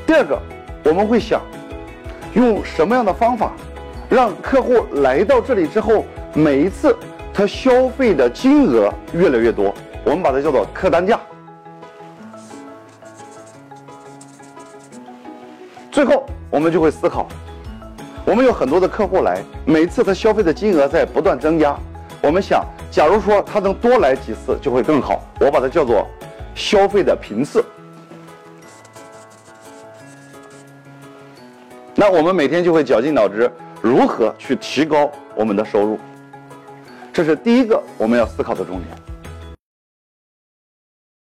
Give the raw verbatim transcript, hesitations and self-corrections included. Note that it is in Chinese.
第二个，我们会想用什么样的方法，让客户来到这里之后，每一次他消费的金额越来越多，我们把它叫做客单价。最后，我们就会思考，我们有很多的客户来，每次他消费的金额在不断增加。我们想，假如说他能多来几次就会更好，我把它叫做消费的频次。那我们每天就会绞尽脑汁，如何去提高我们的收入，这是第一个我们要思考的重点。